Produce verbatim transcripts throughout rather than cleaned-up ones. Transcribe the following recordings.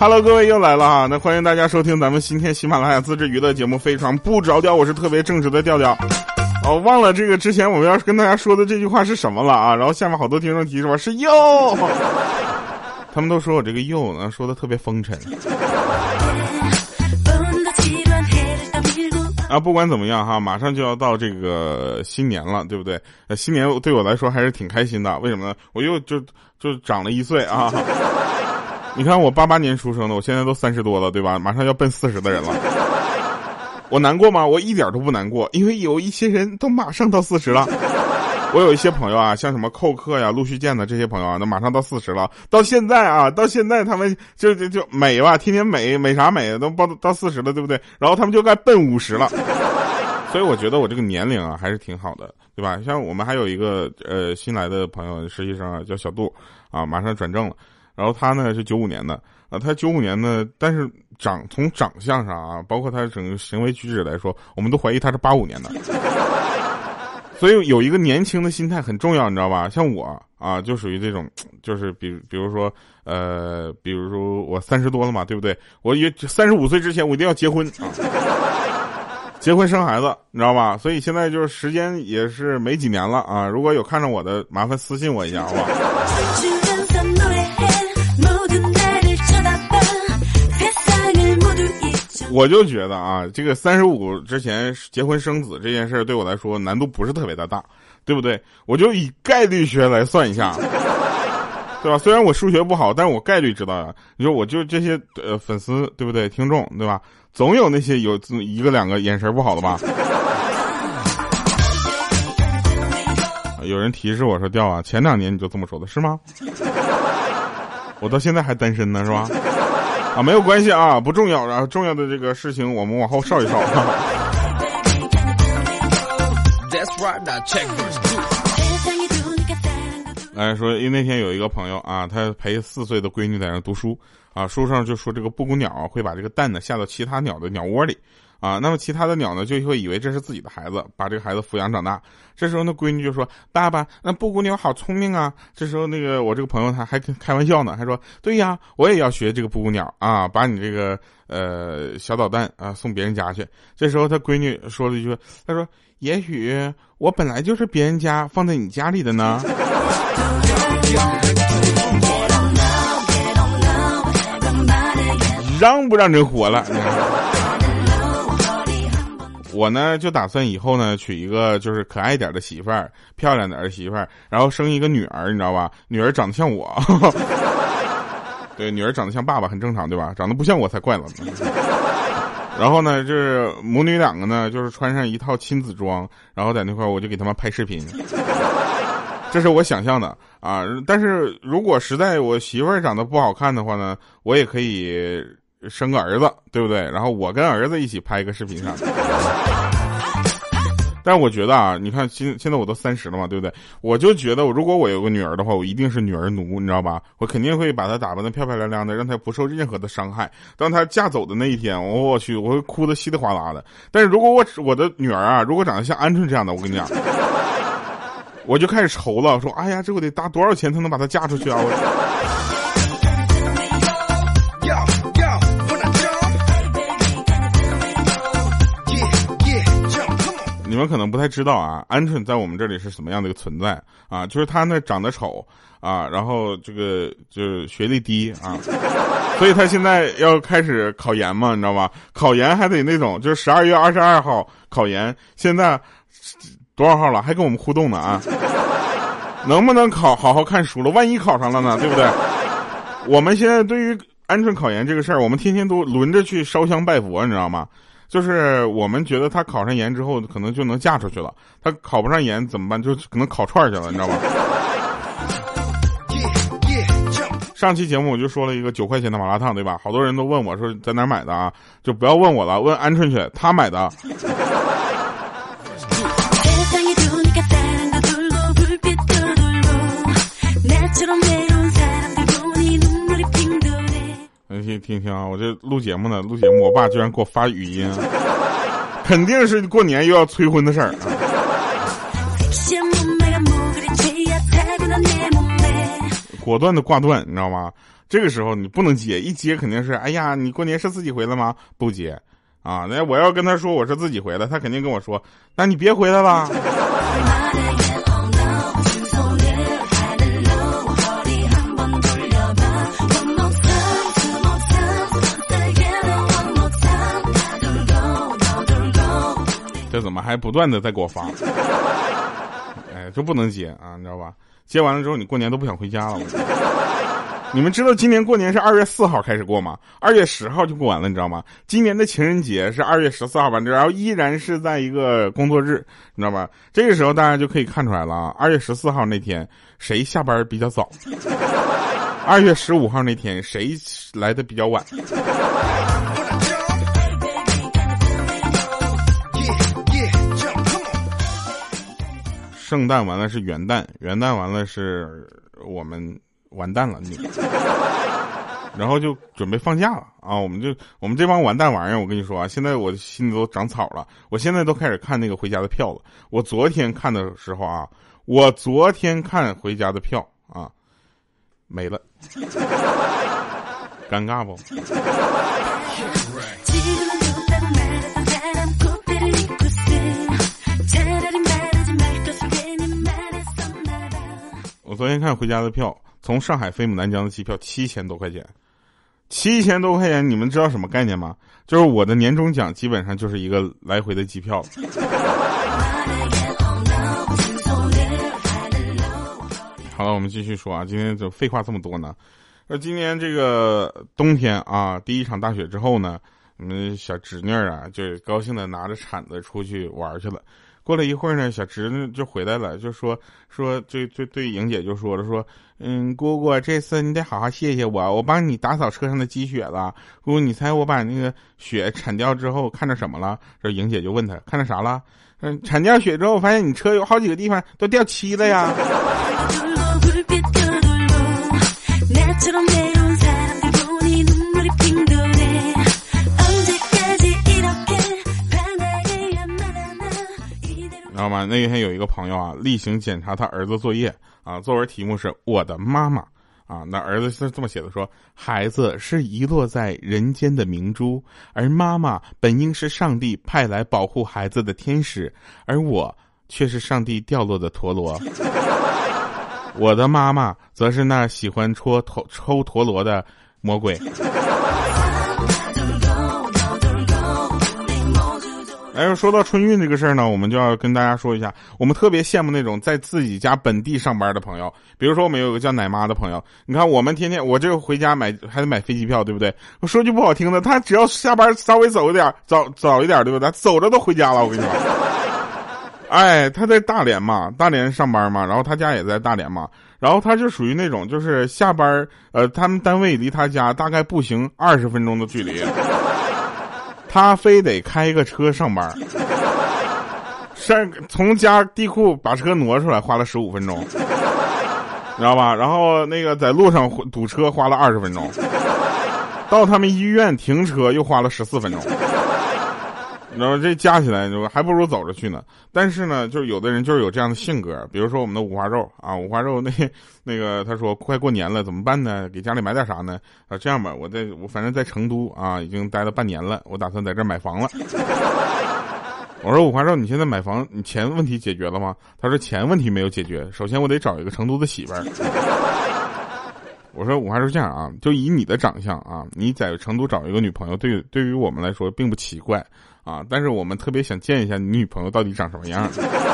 Hello， 各位又来了哈，那欢迎大家收听咱们今天喜马拉雅自制娱乐节目《非常不着调》，我是特别正直的调调。哦，忘了这个之前我们要跟大家说的这句话是什么了啊？然后下面好多听众提示我是又，他们都说我这个又呢说的特别风尘。啊，不管怎么样哈，马上就要到这个新年了，对不对？呃，新年对我来说还是挺开心的，为什么呢？我又就就长了一岁啊。你看我八八年出生的，我现在都三十多了，对吧？马上要奔四十的人了。我难过吗？我一点都不难过，因为有一些人都马上到四十了。我有一些朋友啊，像什么寇克呀、陆续建的这些朋友啊，那马上到四十了，到现在啊，到现在他们就就就美吧，天天美美啥美，都到到四十了，对不对？然后他们就该奔五十了。所以我觉得我这个年龄啊还是挺好的，对吧？像我们还有一个呃新来的朋友实习生啊，叫小杜啊，马上转正了。然后他呢是九五年的啊，他九五年呢，但是长从长相上啊，包括他整个行为举止来说，我们都怀疑他是八五年的。所以有一个年轻的心态很重要，你知道吧？像我啊，就属于这种，就是比比如说呃，比如说我三十多了嘛，对不对？我也三十五岁之前我一定要结婚啊，结婚生孩子，你知道吧？所以现在就是时间也是没几年了啊。如果有看上我的，麻烦私信我一下，好不好？我就觉得啊，这个三十五之前结婚生子这件事对我来说难度不是特别的大，对不对？我就以概率学来算一下，对吧？虽然我数学不好，但是我概率知道呀。你说我就这些呃粉丝，对不对？听众，对吧？总有那些有一个两个眼神不好的吧。有人提示我说调啊，前两年你就这么说的是吗？我到现在还单身呢，是吧？啊，没有关系啊，不重要啊，重要的这个事情我们往后稍一稍。来说，因为那天有一个朋友啊，他陪四岁的闺女在那读书啊，书上就说这个布谷鸟会把这个蛋呢下到其他鸟的鸟窝里。啊，那么其他的鸟呢就会以为这是自己的孩子，把这个孩子抚养长大。这时候那闺女就说：“爸爸，那布谷鸟好聪明啊！”这时候那个我这个朋友他还开玩笑呢，还说：“对呀，我也要学这个布谷鸟啊，把你这个呃小导弹啊送别人家去。”这时候他闺女说了一句：“他说也许我本来就是别人家放在你家里的呢。”让不让人活了？我呢就打算以后呢娶一个就是可爱点的媳妇儿，漂亮点的媳妇儿，然后生一个女儿，你知道吧？女儿长得像我，对，女儿长得像爸爸很正常，对吧？长得不像我才怪了。然后呢，就是母女两个呢，就是穿上一套亲子装，然后在那块我就给他们拍视频。这是我想象的啊，但是如果实在我媳妇儿长得不好看的话呢，我也可以生个儿子，对不对？然后我跟儿子一起拍一个视频上。但是我觉得啊，你看现现在我都三十了嘛，对不对？我就觉得，如果我有个女儿的话，我一定是女儿奴，你知道吧？我肯定会把她打扮得漂漂亮亮的，让她不受任何的伤害。当她嫁走的那一天，我我去，我会哭得稀里哗啦的。但是如果我我的女儿啊，如果长得像鹌鹑这样的，我跟你讲，我就开始愁了，说哎呀，这我得搭多少钱才能把她嫁出去啊？我你们可能不太知道啊，鹌鹑在我们这里是什么样的一个存在啊？就是他呢长得丑啊，然后这个就是学历低啊，所以他现在要开始考研嘛，你知道吧？考研还得那种，就是十二月二十二号考研，现在多少号了？还跟我们互动呢啊？能不能考好好看书了？万一考上了呢？对不对？我们现在对于鹌鹑考研这个事儿，我们天天都轮着去烧香拜佛，你知道吗？就是我们觉得他考上研之后可能就能嫁出去了，他考不上研怎么办？就可能烤串去了，你知道吗？上期节目我就说了一个九块钱的麻辣烫，对吧？好多人都问我说在哪儿买的啊，就不要问我了，问鹌鹑去，他买的。听听听啊！我这录节目呢，录节目，我爸居然给我发语音，肯定是过年又要催婚的事儿啊！果断的挂断，你知道吗？ 这个时候你不能接，一接肯定是，哎呀，你过年是自己回来吗？不接啊，那我要跟他说我是自己回来，他肯定跟我说，那你别回来了。这怎么还不断的在给我发？哎，这不能接啊，你知道吧？接完了之后，你过年都不想回家了。你们知道今年过年是二月四号开始过吗？二月十号就过完了，你知道吗？今年的情人节是二月十四号吧，然后依然是在一个工作日，你知道吧？这个时候大家就可以看出来了啊，二月十四号那天谁下班比较早？二月十五号那天谁来的比较晚？圣诞完了是元旦，元旦完了是我们完蛋了你，然后就准备放假了啊！我们就我们这帮完蛋玩意儿，我跟你说啊，现在我心里都长草了，我现在都开始看那个回家的票了。我昨天看的时候啊，我昨天看回家的票啊，没了，尴尬不？我昨天看回家的票，从上海飞牡丹江的机票七千多块钱，七千多块钱，你们知道什么概念吗？就是我的年终奖基本上就是一个来回的机票。好了，我们继续说啊，今天就废话这么多呢。那今年这个冬天啊，第一场大雪之后呢，我们小侄女啊，就高兴的拿着铲子出去玩去了。过了一会儿呢，小侄女就回来了，就说说对对对，莹姐就说了说，嗯，姑姑，这次你得好好谢谢我，我帮你打扫车上的积雪了。姑姑，你猜我把那个雪铲掉之后看着什么了？这莹姐就问他看着啥了？嗯，铲掉雪之后，我发现你车有好几个地方都掉漆了呀。知道吗？那天有一个朋友啊，例行检查他儿子作业啊，作文题目是我的妈妈啊，那儿子是这么写的说，孩子是遗落在人间的明珠，而妈妈本应是上帝派来保护孩子的天使，而我却是上帝掉落的陀螺。我的妈妈则是那喜欢戳头抽陀螺的魔鬼。哎，说到春运这个事儿呢，我们就要跟大家说一下，我们特别羡慕那种在自己家本地上班的朋友。比如说我们有个叫奶妈的朋友，你看我们天天我这个回家买还得买飞机票，对不对？我说句不好听的，他只要下班稍微走一点早早一点，对不对？走着都回家了，我跟你说。哎，他在大连嘛，大连上班嘛，然后他家也在大连嘛，然后他就属于那种就是下班呃他们单位离他家大概步行二十分钟的距离，他非得开一个车上班，上从家地库把车挪出来花了十五分钟，知道吧？然后那个在路上堵车花了二十分钟，到他们医院停车又花了十四分钟。然后这加起来就还不如走着去呢。但是呢，就是有的人就是有这样的性格，比如说我们的五花肉啊，五花肉那那个他说快过年了怎么办呢？给家里买点啥呢？啊，这样吧，我在我反正在成都啊，已经待了半年了，我打算在这儿买房了。我说五花肉，你现在买房，你钱问题解决了吗？他说钱问题没有解决，首先我得找一个成都的媳妇儿。我说五花肉这样啊，就以你的长相啊，你在成都找一个女朋友，对对于我们来说并不奇怪啊，但是我们特别想见一下你女朋友到底长什么样。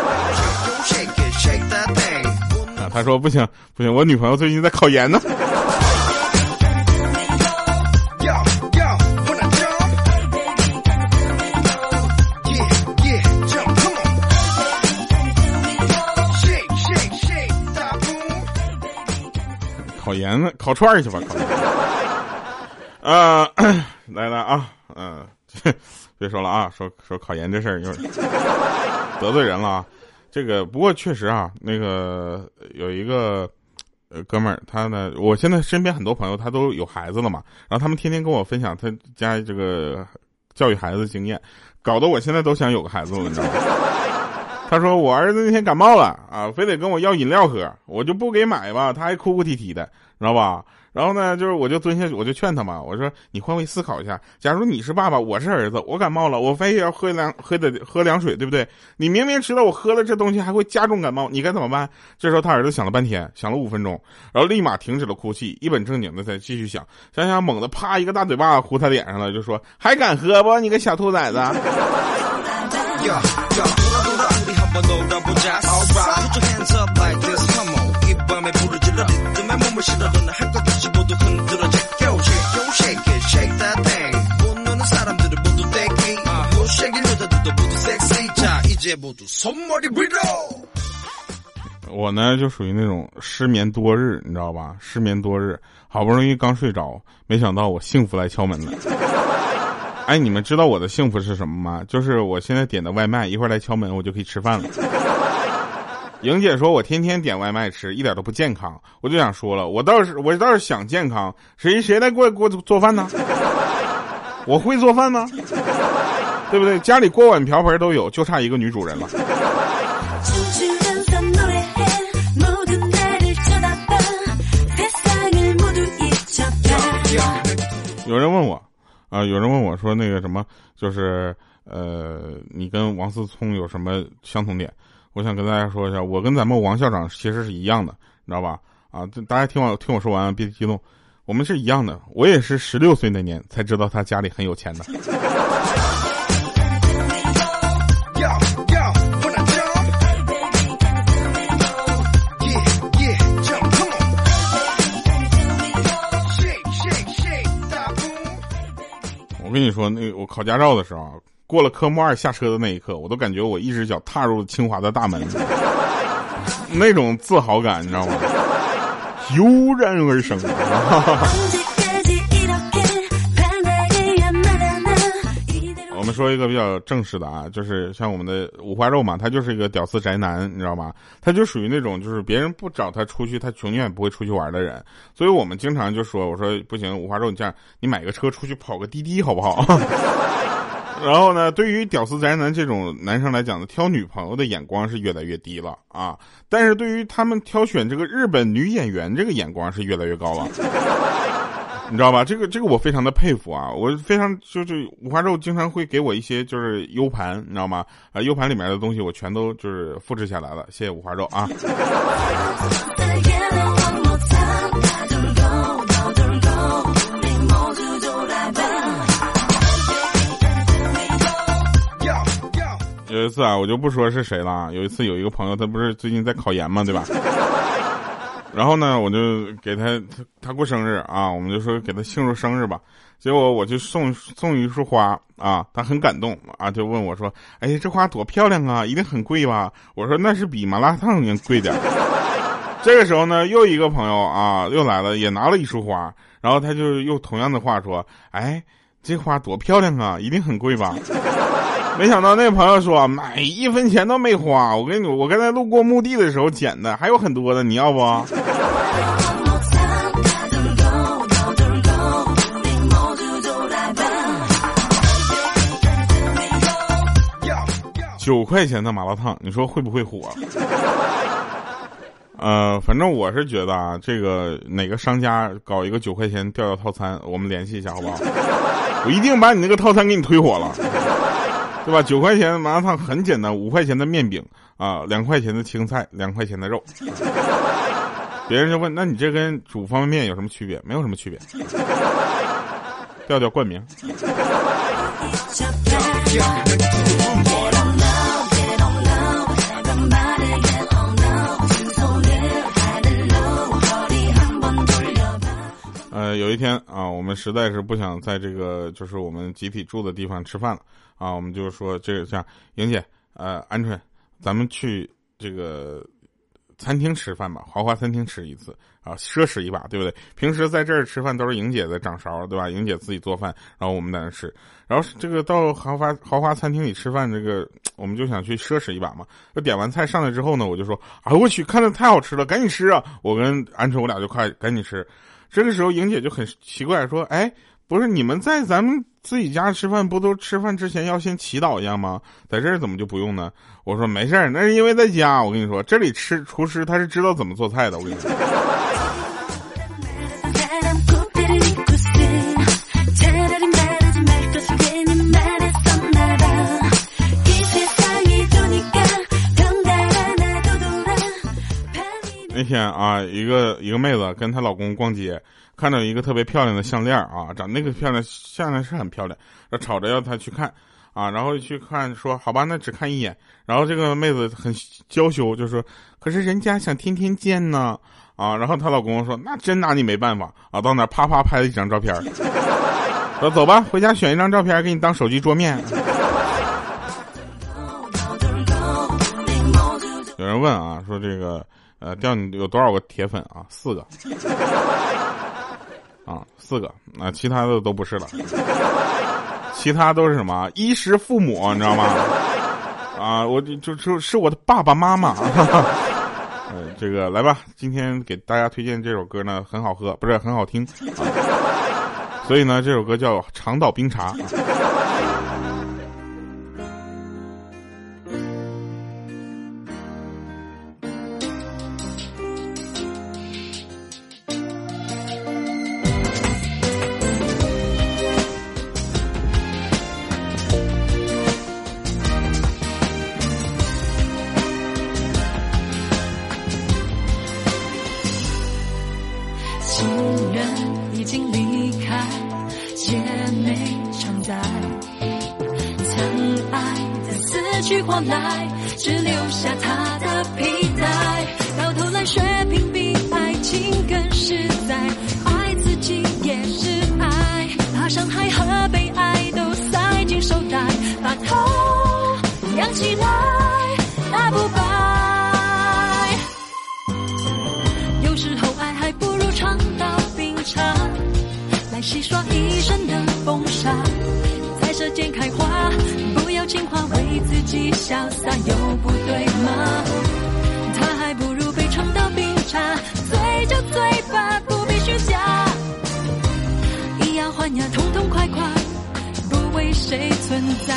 啊，他说不行不行，我女朋友最近在考研呢。考研呢，烤串去吧，烤。啊、呃，来了啊，嗯、呃，别说了啊，说说考研这事儿，有点得罪人了啊。这个不过确实啊，那个有一个呃哥们儿，他呢，我现在身边很多朋友他都有孩子了嘛，然后他们天天跟我分享他家这个教育孩子的经验，搞得我现在都想有个孩子了，你知道吗？他说我儿子那天感冒了啊，非得跟我要饮料喝，我就不给买吧，他还哭哭啼啼的，知道吧？ 然后呢，就是我就蹲下，我就劝他嘛，我说你换位思考一下，假如你是爸爸，我是儿子，我感冒了，我非要喝凉喝的喝凉水，对不对？你明明知道我喝了这东西还会加重感冒，你该怎么办？这时候他儿子想了半天，想了五分钟，然后立马停止了哭泣，一本正经的再继续想，想想猛地啪一个大嘴巴呼他脸上了，就说还敢喝不？你个小兔崽子！我呢就属于那种失眠多日，你知道吧？失眠多日，好不容易刚睡着，没想到我幸福来敲门了。哎，你们知道我的幸福是什么吗？就是我现在点的外卖，一会儿来敲门，我就可以吃饭了。莹姐说我天天点外卖吃，一点都不健康。我就想说了，我倒是我倒是想健康，谁谁来给我给我做饭呢？我会做饭吗？对不对？家里锅碗瓢盆都有，就差一个女主人了。有人问我啊、呃，有人问我说那个什么，就是呃，你跟王思聪有什么相同点？我想跟大家说一下，我跟咱们王校长其实是一样的，你知道吧？啊，大家听我听我说完，别激动，我们是一样的。我也是十六岁那年才知道他家里很有钱的。我跟你说，那我考驾照的时候，过了科目二下车的那一刻，我都感觉我一只脚踏入了清华的大门，那种自豪感，你知道吗？油然而生。我们说一个比较正式的啊，就是像我们的五花肉嘛，他就是一个屌丝宅男，你知道吗？他就属于那种就是别人不找他出去，他永远不会出去玩的人。所以我们经常就说，我说不行，五花肉，你这样，你买个车出去跑个滴滴好不好？然后呢，对于屌丝宅男这种男生来讲呢，挑女朋友的眼光是越来越低了啊。但是对于他们挑选这个日本女演员这个眼光是越来越高了。你知道吧？这个这个我非常的佩服啊！我非常就是五花肉经常会给我一些就是 U 盘，你知道吗？啊 ，U 盘里面的东西我全都就是复制下来了，谢谢五花肉啊！有一次啊，我就不说是谁了。有一次有一个朋友，他不是最近在考研嘛，对吧？然后呢，我就给他他他过生日啊，我们就说给他庆祝生日吧。结果我就送送一束花啊，他很感动啊，就问我说：“哎，这花多漂亮啊，一定很贵吧？”我说：“那是比麻辣烫应该贵点。”这个时候呢，又一个朋友啊又来了，也拿了一束花，然后他就用同样的话说：“哎，这花多漂亮啊，一定很贵吧？”没想到那个朋友说买一分钱都没花，我跟你我刚才路过墓地的时候捡的，还有很多的，你要不？九块钱的麻辣烫，你说会不会火？呃，反正我是觉得啊，这个哪个商家搞一个九块钱吊吊套餐，我们联系一下好不好？我一定把你那个套餐给你推火了。对吧？九块钱的麻辣烫很简单，五块钱的面饼啊，两块钱的青菜，两块钱的肉。别人就问，那你这跟煮方便面有什么区别？没有什么区别。调调冠名。呃，有一天啊，我们实在是不想在这个就是我们集体住的地方吃饭了啊，我们就说这个像莹姐，呃，鹌鹑，咱们去这个餐厅吃饭吧，豪华餐厅吃一次啊，奢侈一把，对不对？平时在这儿吃饭都是莹姐的掌勺，对吧？莹姐自己做饭，然后我们在那吃，然后这个到豪华豪华餐厅里吃饭，这个我们就想去奢侈一把嘛。就点完菜上来之后呢，我就说，哎我去，看着太好吃了，赶紧吃啊！我跟鹌鹑我俩就快赶紧吃。这个时候莹姐就很奇怪说，哎，不是你们在咱们自己家吃饭不都吃饭之前要先祈祷一样吗？在这儿怎么就不用呢？我说没事儿，那是因为在家，我跟你说这里吃厨师他是知道怎么做菜的，我跟你说。 天啊，一个一个妹子跟她老公逛街，看到一个特别漂亮的项链啊，长那个漂亮项链是很漂亮，吵着要她去看啊，然后去看说好吧，那只看一眼。然后这个妹子很娇羞，就说可是人家想天天见呢啊。然后她老公说那真拿你没办法啊，到那啪啪拍了一张照片，说走吧，回家选一张照片给你当手机桌面。有人问啊，说这个呃，钓你有多少个铁粉啊？四个啊，四个啊，其他的都不是了，其他都是什么衣食父母，你知道吗？啊，我就就是我的爸爸妈妈。呃，这个来吧，今天给大家推荐这首歌呢，很好喝，不是很好听，啊、所以呢，这首歌叫《长岛冰茶》。 情人已经离开，姐妹常在，曾爱的死去活来，只留下他的皮带。到头来却屏蔽爱情更实在，爱自己也是爱，把伤害和被爱都塞进手袋，把头仰起来，大不白。有时候爱还不如尝到冰茶，来洗刷一身的风沙，在舌尖开花，不要情话为自己潇洒，有不对吗？他还不如被尝到冰茶，醉就醉吧，不必虚假，以牙还牙，痛痛快快，不为谁存在。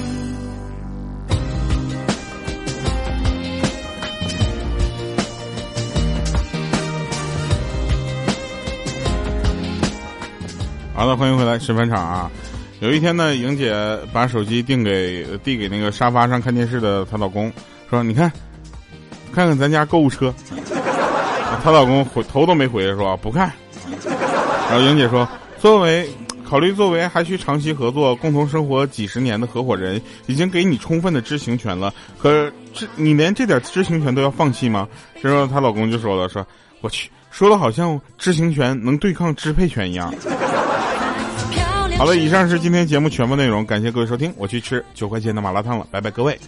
好的，欢迎回来，十分场啊！有一天呢，莹姐把手机递给递给那个沙发上看电视的她老公，说：“你看，看看咱家购物车。”她老公回头都没回，说：“不看。”然后莹姐说：“作为考虑作为还需长期合作、共同生活几十年的合伙人，已经给你充分的知情权了，可这你连这点知情权都要放弃吗？”这时候她老公就说了：“说我去，说了好像知情权能对抗支配权一样。”好了，以上是今天节目全部内容，感谢各位收听，我去吃九块钱的麻辣烫了，拜拜各位。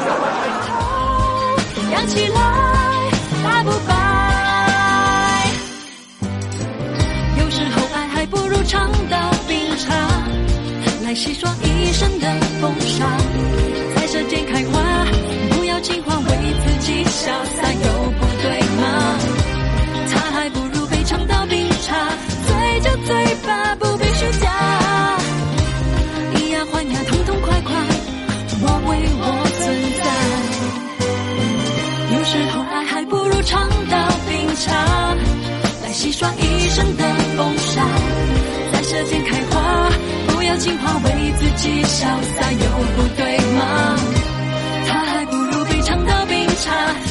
扬起来，大不白。有时候爱还不如尝到冰茶，来洗刷一身的风沙，在舌尖开花，不要情话为自己潇洒，有不对吗？他还不如被尝到冰茶，醉就醉吧，不必虚假，以牙还牙，痛痛快快，我为我存在。有时候爱还不如尝到冰茶，来洗刷一身的风沙，在舌尖开花，不要情话为自己潇洒，有不对吗？他还不如被尝到冰茶，